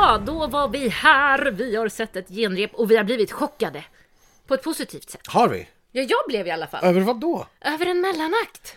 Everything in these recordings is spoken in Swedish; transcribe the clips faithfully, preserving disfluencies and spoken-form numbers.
Ja, då var vi här. Vi har sett ett genrep och vi har blivit chockade. På ett positivt sätt. Har vi? Ja, jag blev i alla fall. Över vad då? Över en mellanakt.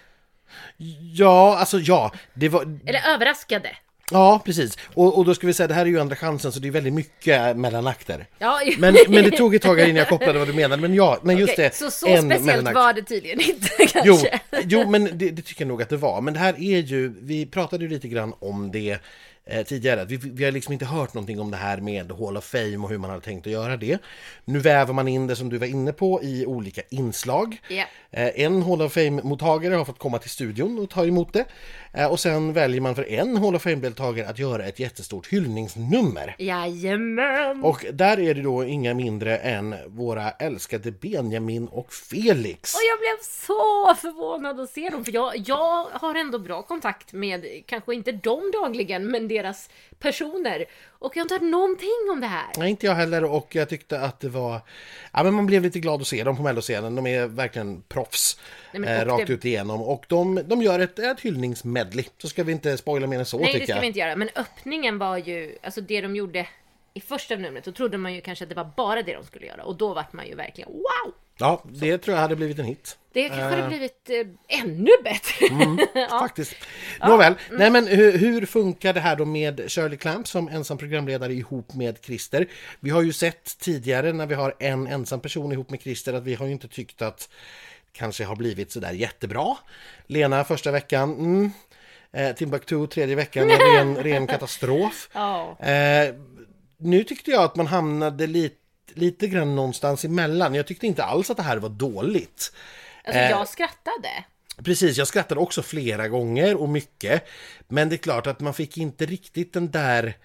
Ja, alltså ja. Det var... Eller överraskade. Ja, precis. Och, och då ska vi säga, det här är ju andra chansen, så det är väldigt mycket mellanakter. Ja. men, men det tog ett tag innan jag kopplade vad du menade. Men ja, men just Okej, det. Så så en speciellt mellanakt. var det tydligen inte kanske. Jo, jo men det, det tycker jag nog att det var. Men det här är ju, vi pratade ju lite grann om det eh, tidigare. Vi, vi har liksom inte hört någonting om det här med Hall of Fame och hur man har tänkt att göra det. Nu väver man in det, som du var inne på, i olika inslag. Ja. Eh, en Hall of Fame-mottagare har fått komma till studion och ta emot det. Eh, och sen väljer man för en Hall of Fame-deltagare att göra ett jättestort hyllningsnummer. Jajamän. Och där är det då inga mindre än våra älskade Benjamin och Felix. Och jag blev så förvånad att se dem. För jag, jag har ändå bra kontakt med, kanske inte dem dagligen, men deras personer. Och jag har inte hört någonting om det här. Nej, inte jag heller. Och jag tyckte att det var... Ja, men man blev lite glad att se dem på Melloscenen. De är verkligen proffs. Nej, men, eh, rakt det... ut igenom. Och de, de gör ett, ett hyllningsmedley. Så ska vi inte spoila mer än så, Nej, tycker jag. Nej, det ska vi inte göra. Men öppningen var ju... Alltså det de gjorde i första numret. Då trodde man ju kanske att det var bara det de skulle göra. Och då var man ju verkligen wow! Ja, det tror jag hade blivit en hit. Det kanske hade uh... blivit eh, ännu bättre. Mm, ja. Faktiskt. Nåväl, ja. Nej, men hur, hur funkar det här då med Shirley Clamp som ensam programledare ihop med Christer? Vi har ju sett tidigare när vi har en ensam person ihop med Christer att vi har ju inte tyckt att kanske har blivit så där jättebra. Lena första veckan, mm. eh, Timbuktu tredje veckan, en ren, ren katastrof. Oh. Eh, nu tyckte jag att man hamnade lite lite grann någonstans emellan. Jag tyckte inte alls att det här var dåligt. Alltså eh, jag skrattade. Precis, jag skrattade också flera gånger och mycket. Men det är klart att man fick inte riktigt den där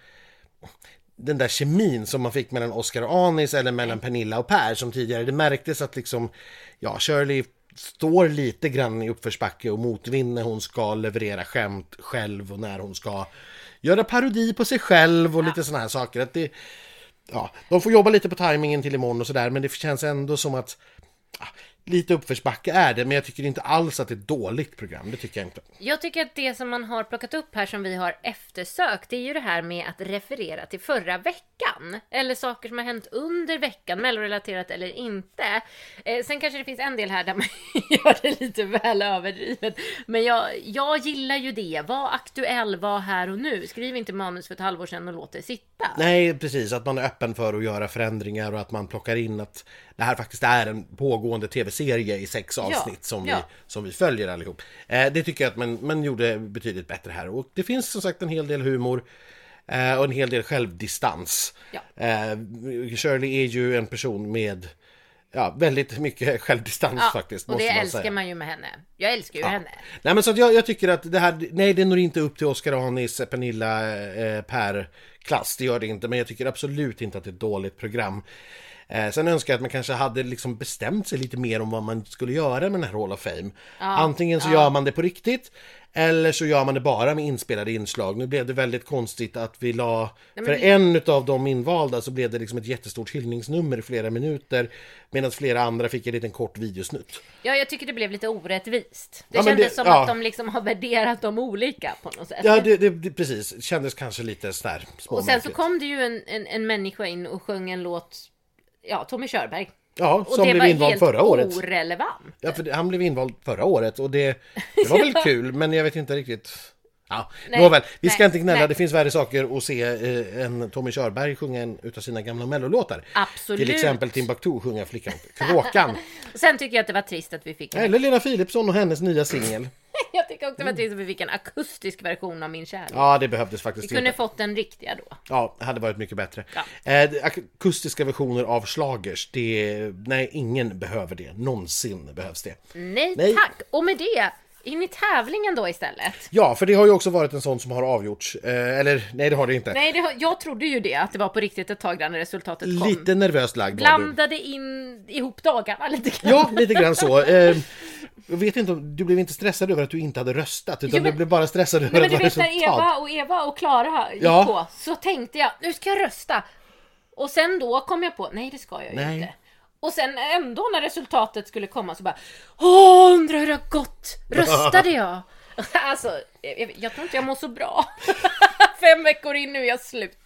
den där kemin som man fick mellan Oscar och Anis eller mellan Pernilla och Per som tidigare. Det märktes att liksom, ja, Shirley står lite grann i uppförsbacke och motvind när hon ska leverera skämt själv och när hon ska göra parodi på sig själv och ja. lite såna här saker. Att det, ja, de får jobba lite på timingen till imorgon och sådär, men det känns ändå som att ja, lite uppförsbacke är det, men jag tycker inte alls att det är ett dåligt program, det tycker jag inte. Jag tycker att det som man har plockat upp här som vi har eftersökt, det är ju det här med att referera till förra veckan. Eller saker som har hänt under veckan, mellorelaterat eller inte. Eh, sen kanske det finns en del här där man gör det lite väl överdrivet. Men jag, jag gillar ju det. Var aktuell, var här och nu. Skriv inte manus för ett halvår sedan och låt det sitta. Nej, precis. Att man är öppen för att göra förändringar och att man plockar in att det här faktiskt är en pågående tv-serie i sex avsnitt ja, som, ja. Vi, som vi följer allihop. Eh, det tycker jag att man, man gjorde betydligt bättre här. Och det finns som sagt en hel del humor eh, och en hel del självdistans. Ja. Eh, Shirley är ju en person med ja, väldigt mycket självdistans ja, faktiskt. Och det man älskar säga. man ju med henne. Jag älskar ju ja. henne. Nej, men så att jag, jag tycker att det här, nej det når inte upp till Oscar Anis, Pernilla, eh, Per klass. Det gör det inte, men jag tycker absolut inte att det är ett dåligt program. Eh, sen önskar jag att man kanske hade liksom bestämt sig lite mer om vad man skulle göra med den här Hall of Fame. Ja, Antingen så ja. gör man det på riktigt eller så gör man det bara med inspelade inslag. Nu blev det väldigt konstigt att vi la... Nej, för det... en av de invalda så blev det liksom ett jättestort hyllningsnummer i flera minuter medan flera andra fick en liten kort videosnutt. Ja, jag tycker det blev lite orättvist. Det ja, kändes det, som ja. att de liksom har värderat dem olika på något sätt. Ja, det, det, det, precis. Det kändes kanske lite sådär småmärkligt. Och sen så kom det ju en, en, en människa in och sjöng en låt... Ja, Tommy Körberg. Ja, som blev invald förra året. Och det var helt orelevant. Ja, för han blev invald förra året och det, det var väl kul, men jag vet inte riktigt... Ja, nej, nåväl. Vi ska nej, inte gnälla, nej. Det finns värre saker att se eh, än Tommy Körberg sjunga en utav sina gamla mellolåtar. Absolut. Till exempel Timbuktu sjunga Flickan Kråkan. Sen tycker jag att det var trist att vi fick... En... Eller Lena Philipsson och hennes nya singel. Jag tycker också att det var trist att vi fick en akustisk version av Min kärlek. Ja, det behövdes faktiskt. Vi kunde fått den riktiga då. Ja, det hade varit mycket bättre. Ja. Eh, akustiska versioner av slagers, det, nej, ingen behöver det. Någonsin behövs det. Nej, nej. tack. Och med det... In i tävlingen då istället. Ja, för det har ju också varit en sån som har avgjorts. Eh, eller, nej det har det inte. Nej, det har, jag trodde ju det, att det var på riktigt ett tag när resultatet kom. Lite nervöst lagd. Blandade in ihop dagarna lite grann. Ja, lite grann så. Eh, jag vet inte, du blev inte stressad över att du inte hade röstat, utan jo, men, du blev bara stressad över nej, men att du vet när Eva och Eva och Klara gick ja. på, så tänkte jag, nu ska jag rösta. Och sen då kom jag på, nej det ska jag ju nej. inte. Och sen ändå när resultatet skulle komma så bara, åh, undrar hur det har gått. Röstade jag? Alltså, jag, jag tror inte jag mår så bra. Fem veckor in nu är jag slut.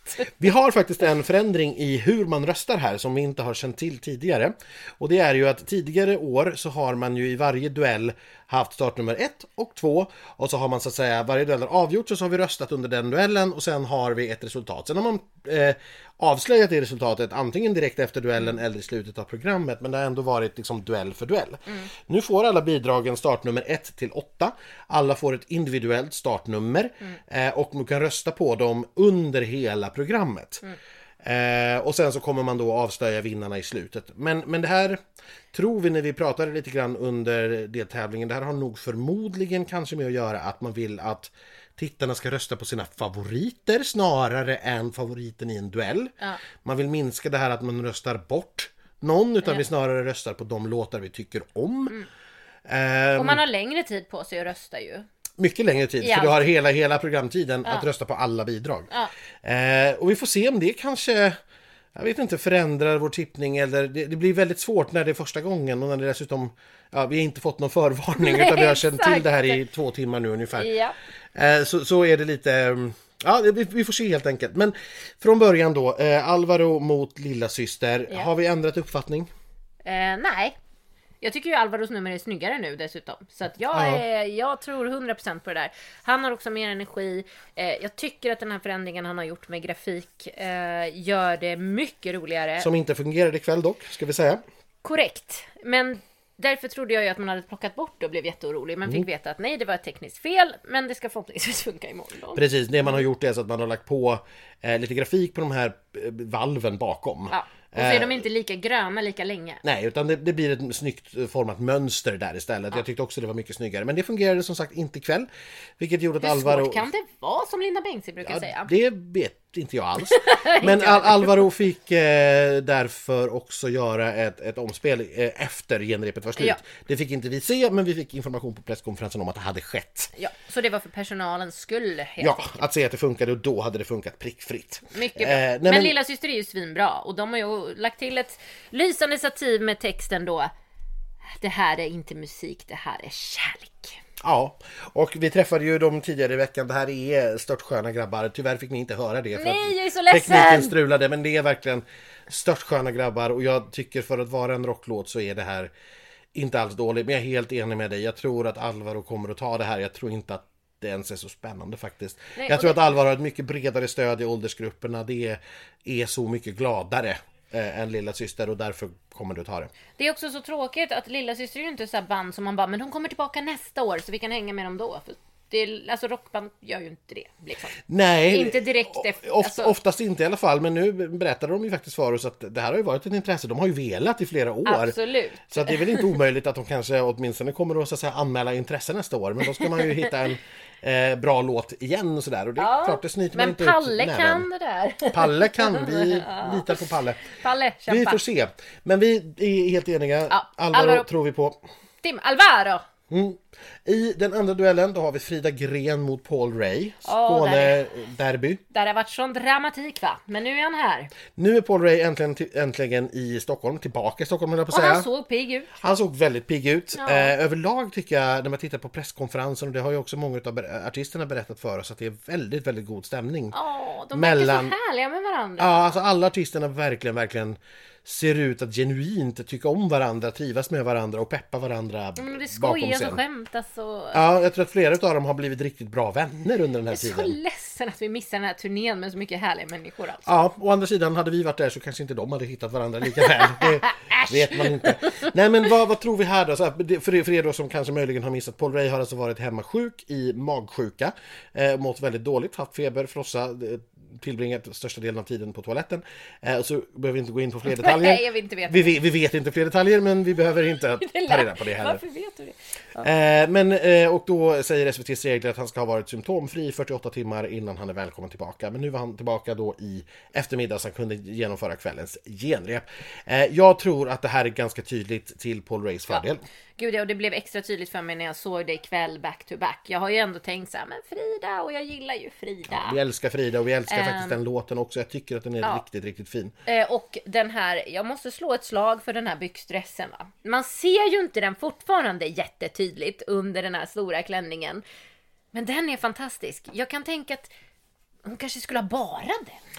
Vi har faktiskt en förändring i hur man röstar här som vi inte har känt till tidigare. Och det är ju att tidigare år så har man ju i varje duell haft startnummer ett och två. Och så har man så att säga varje duell avgjort, så har vi röstat under den duellen och sen har vi ett resultat. Sen har man eh, avslöjat det resultatet antingen direkt efter duellen eller i slutet av programmet. Men det har ändå varit liksom duell för duell. Mm. Nu får alla bidragen startnummer ett till åtta. Alla får ett individuellt startnummer mm. eh, och man kan rösta på dem under hela programmet. Mm. Eh, och sen så kommer man då avslöja vinnarna i slutet. Men, men det här tror vi när vi pratade lite grann under deltävlingen, det här har nog förmodligen kanske med att göra att man vill att tittarna ska rösta på sina favoriter snarare än favoriten i en duell. Ja. Man vill minska det här att man röstar bort någon, utan ja. vi snarare röstar på de låtar vi tycker om. Mm. Eh, och man har längre tid på sig att rösta ju. Mycket längre tid, ja. för du har hela, hela programtiden ja. att rösta på alla bidrag. Ja. Eh, och vi får se om det kanske, jag vet inte, förändrar vår tippning. Eller det, det blir väldigt svårt när det är första gången och när det dessutom, ja, vi har inte fått någon förvarning. Nej, utan vi har känt exakt. till det här i två timmar nu ungefär. Ja. Eh, så, så är det lite, ja, vi, vi får se helt enkelt. Men från början då, eh, Alvaro mot lilla syster. Ja. Har vi ändrat uppfattning? Eh, nej. Jag tycker ju Alvaros nummer är snyggare nu dessutom. Så att jag, är, jag tror hundra procent på det där. Han har också mer energi. Eh, jag tycker att den här förändringen han har gjort med grafik eh, gör det mycket roligare. Som inte fungerade ikväll dock, ska vi säga. Korrekt. Men därför trodde jag ju att man hade plockat bort det och blev jätteorolig. Men mm. fick veta att nej, det var ett tekniskt fel. Men det ska förhoppningsvis funka imorgon. Precis, det man har gjort är så att man har lagt på eh, lite grafik på de här valven bakom. Ja. Och så är de inte lika gröna lika länge. Nej, utan det, det blir ett snyggt format mönster där istället. Ja. Jag tyckte också det var mycket snyggare. Men det fungerade som sagt inte ikväll. Vilket gjorde att Alvaro... Hur svårt kan det vara, som Linda Bengtzing brukar ja, säga? Det vet inte jag alls. Men Al- Alvaro fick eh, därför också göra ett, ett omspel eh, efter genrepet var slut. Ja. Det fick inte vi se, men vi fick information på presskonferensen om att det hade skett. Ja, så det var för personalens skull. Ja, enkelt. Att se att det funkade, och då hade det funkat prickfritt. Mycket bra. Eh, nej, men, men lilla syster är ju svinbra, och de har ju lagt till ett lysande stativ med texten då: det här är inte musik, det här är kärlek. Ja, och vi träffade ju dem tidigare i veckan. Det här är störtsköna grabbar. Tyvärr fick ni inte höra det för Nej, jag är så att ledsen. tekniken strulade, men det är verkligen störtsköna grabbar. Och jag tycker för att vara en rocklåt så är det här inte alls dåligt. Men jag är helt enig med dig. Jag tror att Alvaro kommer att ta det här. Jag tror inte att det ens är så spännande faktiskt. Nej, jag tror det... att Alvaro har ett mycket bredare stöd i åldersgrupperna. Det är så mycket gladare en lilla syster, och därför kommer du att ta det. Det är också så tråkigt att lilla syster är ju inte så här band som man bara, men de kommer tillbaka nästa år så vi kan hänga med dem då. För det är, alltså rockband gör ju inte det liksom. Nej, inte direkt efter, of, alltså... oftast inte i alla fall, men nu berättade de ju faktiskt för oss att det här har ju varit ett intresse. De har ju velat i flera år. Absolut. Så att det är väl inte omöjligt att de kanske åtminstone kommer att, så att säga, anmäla intresse nästa år, men då ska man ju hitta en Eh, bra låt igen och sådär. Och det är ja, klart, det snyter man inte ut. Men Palle kan det där. Palle kan, vi litar på Palle. Palle, kämpa. Vi får se. Men vi är helt eniga. Ja, Alvaro, Alvaro tror vi på. Tim Alvaro. Mm. I den andra duellen då har vi Frida Gren mot Paul Ray. Skåne oh, derby. Där har varit sån dramatik, va? Men nu är han här. Nu är Paul Ray äntligen, äntligen i Stockholm. Tillbaka i Stockholm, höll jag på att säga. Och han såg pigg ut. Han såg väldigt pigg ut. Ja. Eh, överlag tycker jag, när man tittar på presskonferensen, och det har ju också många av artisterna berättat för oss, att det är väldigt, väldigt god stämning. Ja, de mellan... verkar så härliga med varandra. Ja, alltså alla artisterna verkligen, verkligen ser ut att genuint tycka om varandra, trivas med varandra och peppa varandra mm, det bakom scen. Och skämtas och... Ja, jag tror att flera av dem har blivit riktigt bra vänner under den här tiden. Jag är tiden. så ledsen att vi missar den här turnén med så mycket härliga människor. Alltså. Ja, å andra sidan, hade vi varit där så kanske inte de hade hittat varandra lika väl. Det vet man inte. Nej, men vad, vad tror vi här då? Så här, för, er, för er då som kanske möjligen har missat, Paul Ray har alltså varit hemma sjuk i magsjuka, eh, mått väldigt dåligt, haft feber, frossa, tillbringat största delen av tiden på toaletten. Eh, och så behöver vi inte gå in på fler detaljer. Nej, jag vill inte veta. Vi, vi, vi vet inte fler detaljer, men vi behöver inte ta reda på det heller. Varför vet du det? Ja. Eh, men, eh, och då säger S V T:s regler att han ska ha varit symptomfri i fyrtioåtta timmar innan han är välkommen tillbaka. Men nu var han tillbaka då i eftermiddag så han kunde genomföra kvällens genrep. Eh, jag tror att det här är ganska tydligt till Paul Rays fördel. Ja. Gud, ja, och det blev extra tydligt för mig när jag såg det ikväll back to back. Jag har ju ändå tänkt så här, men Frida, och jag gillar ju Frida. Ja, vi älskar Frida och vi älskar um, faktiskt den låten också. Jag tycker att den är ja. riktigt, riktigt fin. Eh, och den här, jag måste slå ett slag för den här byxdressen, va? Man ser ju inte den fortfarande jättetydligt under den här stora klänningen. Men den är fantastisk. Jag kan tänka att hon kanske skulle ha bara den.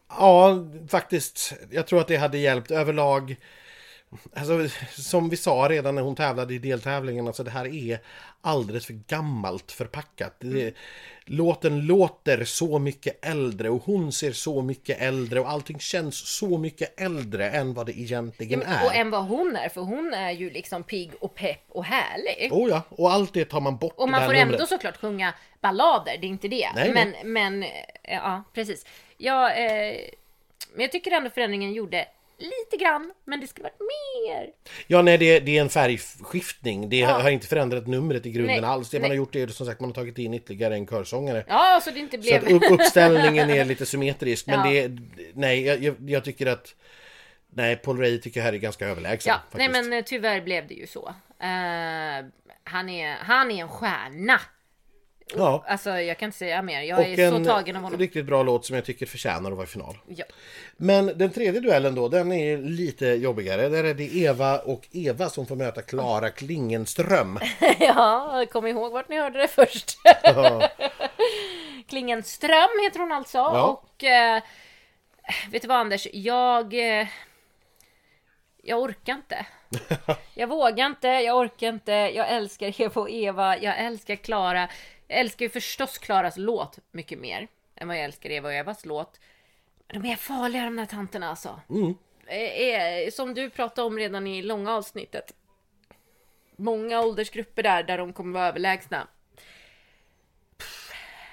Ja, faktiskt. Jag tror att det hade hjälpt överlag. Alltså, som vi sa redan när hon tävlade i deltävlingen, alltså det här är alldeles för gammalt förpackat. Det, låten låter så mycket äldre och hon ser så mycket äldre och allting känns så mycket äldre än vad det egentligen Ja, är. och än vad hon är, för hon är ju liksom pigg och pepp och härlig. Oh ja, och allt det tar man bort. Och man får ändå såklart sjunga ballader, det är inte det. Nej, men, nej. men, ja, precis. Ja, eh, men jag tycker ändå förändringen gjorde lite grann, men det skulle varit mer. Ja, nej, det, det är en färgskiftning. Det Ja. har inte förändrat numret i grunden Nej, alls. Det man nej. har gjort är som sagt, man har tagit in ytterligare en körsångare. Ja, så det inte Så blev... att upp, uppställningen är lite symmetrisk. Men Ja. det, nej, jag, jag, jag tycker att nej, Paul Ray tycker här är ganska överlägsen. Ja, faktiskt. nej men eh, tyvärr blev det ju så. Eh, han, är, han är en stjärna. Ja. Alltså jag kan inte säga mer. Jag Och är så en tagen av honom. riktigt bra låt som jag tycker förtjänar att vara i final. Ja. Men den tredje duellen då, den är lite jobbigare. Där är det Eva och Eva som får möta Klara Klingenström. ja, kom ihåg vart ni hörde det först. Ja. Klingenström heter hon alltså. Ja. Och eh, vet du vad Anders? Jag... Eh, jag orkar inte. Jag vågar inte, jag orkar inte. Jag älskar Eva och Eva. Jag älskar Klara. Jag älskar ju förstås Klaras låt mycket mer än vad jag älskar Eva och Evas låt. Men de är farliga de här tanterna alltså. Mm. Eh, som du pratade om redan i långa avsnittet. Många åldersgrupper där, där de kommer vara överlägsna. Pff.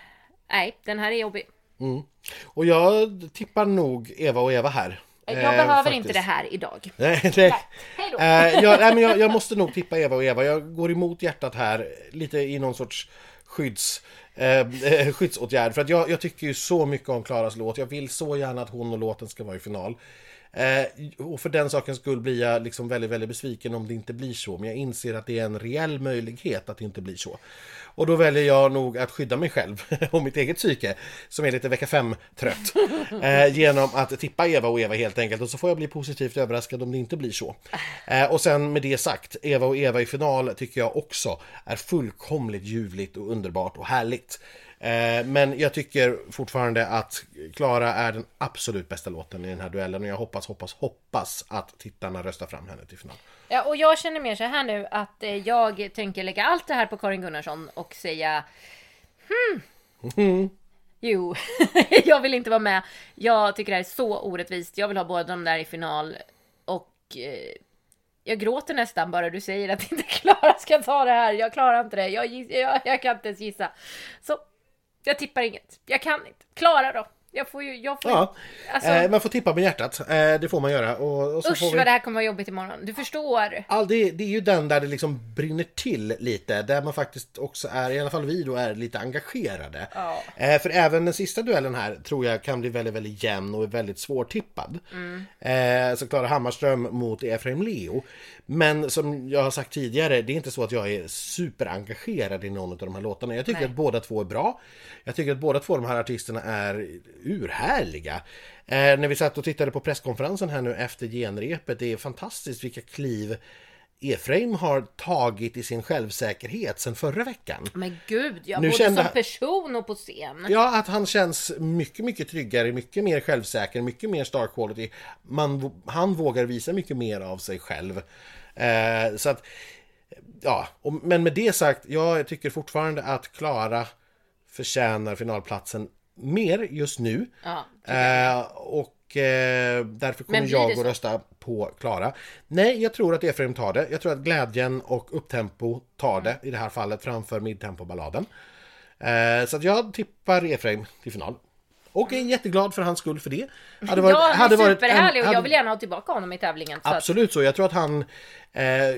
Nej, den här är jobbig. Mm. Och jag tippar nog Eva och Eva här. Jag Eh, behöver faktiskt. inte det här idag. Nej, nej. Nej, hej då. Eh, jag, nej, men jag, jag måste nog tippa Eva och Eva. Jag går emot hjärtat här. Lite i någon sorts skydds, eh, skyddsåtgärd. För att jag, jag tycker ju så mycket om Klaras låt. Jag vill så gärna att hon och låten ska vara i final. Eh, och för den sakens skull blir jag liksom väldigt, väldigt besviken om det inte blir så. Men jag inser att det är en reell möjlighet att det inte blir så. Och då väljer jag nog att skydda mig själv och mitt eget psyke, som är lite vecka fem trött, eh, genom att tippa Eva och Eva helt enkelt. Och så får jag bli positivt överraskad om det inte blir så. Eh, och sen med det sagt, Eva och Eva i final tycker jag också är fullkomligt ljuvligt och underbart och härligt. Eh, men jag tycker fortfarande att Klara är den absolut bästa låten i den här duellen. Och jag hoppas, hoppas, hoppas att tittarna röstar fram henne till final. Ja, och jag känner mer så här nu att eh, jag tänker lägga allt det här på Karin Gunnarsson och säga hmm, Mm. jo, jag vill inte vara med. Jag tycker det här är så orättvist. Jag vill ha båda de där i final. Och eh, jag gråter nästan bara du säger att inte Klara ska ta det här. Jag klarar inte det. Jag, giss, jag, jag kan inte ens gissa. Så jag tippar inget. Jag kan inte. Klara då. Jag får ju... Jag får ju Ja, alltså, eh, man får tippa med hjärtat. Eh, det får man göra. Och, och så usch får vi... vad det här kommer vara jobbigt imorgon. Du förstår. All det, det är ju den där det liksom brinner till lite. Där man faktiskt också är, i alla fall vi då, är lite engagerade. Ja. Eh, för även den sista duellen här tror jag kan bli väldigt, väldigt jämn och väldigt svårtippad. Mm. Eh, så Klara Hammarström mot Efraim Leo. Men som jag har sagt tidigare, det är inte så att jag är superengagerad i någon av de här låtarna. Jag tycker Nej. att båda två är bra. Jag tycker att båda två de här artisterna är urhärliga. Eh, när vi satt och tittade på presskonferensen här nu efter genrepet, det är fantastiskt vilka kliv Efraim har tagit i sin självsäkerhet sen förra veckan. Men gud, jag Nu både kände- som person och på scen. Ja, att han känns mycket, mycket tryggare, mycket mer självsäker, mycket mer star quality. Man, han vågar visa mycket mer av sig själv. Eh, så att, ja, och, men med det sagt, jag tycker fortfarande att Klara förtjänar finalplatsen mer just nu. Ja, Eh, och eh, därför kommer Men blir jag det att så? rösta på Klara. Nej, jag tror att Efraim tar det. Jag tror att Glädjen och Upptempo tar det i det här fallet framför Midtempo-balladen. Eh, så att jag tippar Efraim till final. Och är jätteglad för hans skull för det. Hade ja, han är hade varit superhärlig och hade- jag vill gärna ha tillbaka honom i tävlingen. Så att, Absolut så. Jag tror att han... Eh,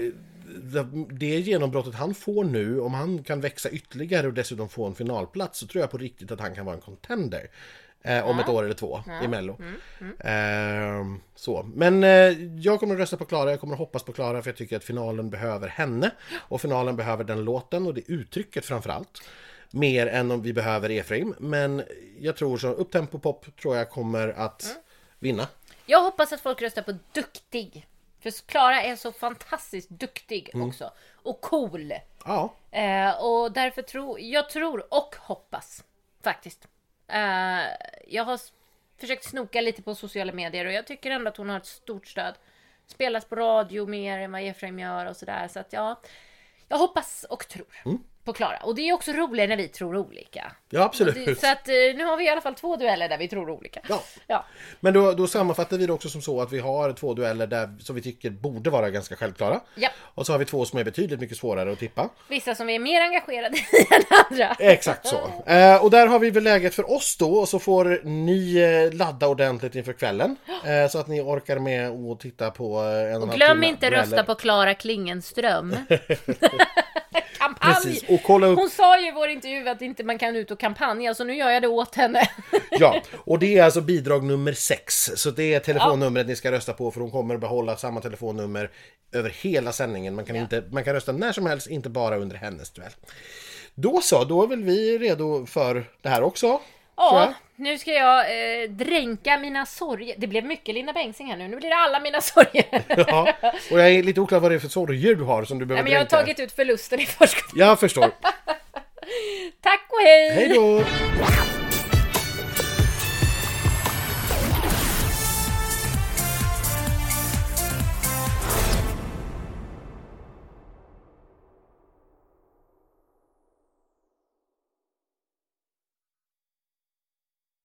det genombrottet han får nu, om han kan växa ytterligare och dessutom få en finalplats, så tror jag på riktigt att han kan vara en contender. Eh, om Ja. ett år eller två Ja. i Mello. Mm, mm. Eh, så. Men eh, jag kommer att rösta på Klara. Jag kommer att hoppas på Klara för jag tycker att finalen behöver henne. Och finalen behöver den låten och det uttrycket framförallt. Mer än om vi behöver Efraim. Men jag tror så Upptempo Pop tror jag kommer att Mm. vinna. Jag hoppas att folk röstar på duktig. För Klara är så fantastiskt duktig Mm. också. Och cool. Ja. Eh, och därför tror jag tror och hoppas faktiskt. Eh, jag har försökt snoka lite på sociala medier och jag tycker ändå att hon har ett stort stöd. Spelas på radio mer än vad Efraim gör och sådär. Så att ja, jag hoppas och tror mm. på Klara. Och det är också roligt när vi tror olika. Ja, absolut. Det, så att nu har vi i alla fall två dueller där vi tror olika. Ja. Ja. Men då, då sammanfattar vi det också som så att vi har två dueller där som vi tycker borde vara ganska självklara. Ja. Och så har vi två som är betydligt mycket svårare att tippa. Vissa som är mer engagerade i än andra. Exakt så. Eh, och där har vi väl läget för oss då. Och så får ni eh, ladda ordentligt inför kvällen. Eh, så att ni orkar med att titta på eh, en och, och glöm timme, inte dueller. Rösta på Klara Klingenström. Kampanj. Precis. Och kolla upp... Hon sa ju i vår intervju att inte man kan ut och kampanja, så nu gör jag det åt henne. Ja, och det är alltså bidrag nummer sex. Så det är telefonnumret ja. Ni ska rösta på, för hon kommer behålla samma telefonnummer över hela sändningen. Man kan, ja. inte, man kan rösta när som helst, inte bara under hennes duell. Då så, då är väl vi redo för det här också. Ja, nu ska jag eh, dränka mina sorger. Det blev mycket Linda Bengtzing här nu. Nu blir det alla mina sorger. Ja, och jag är lite oklar vad det är för sorger du har som du behöver. Nej, men jag har dränka. tagit ut förlusten i förskott. Jag förstår. Tack och hej! Hej då!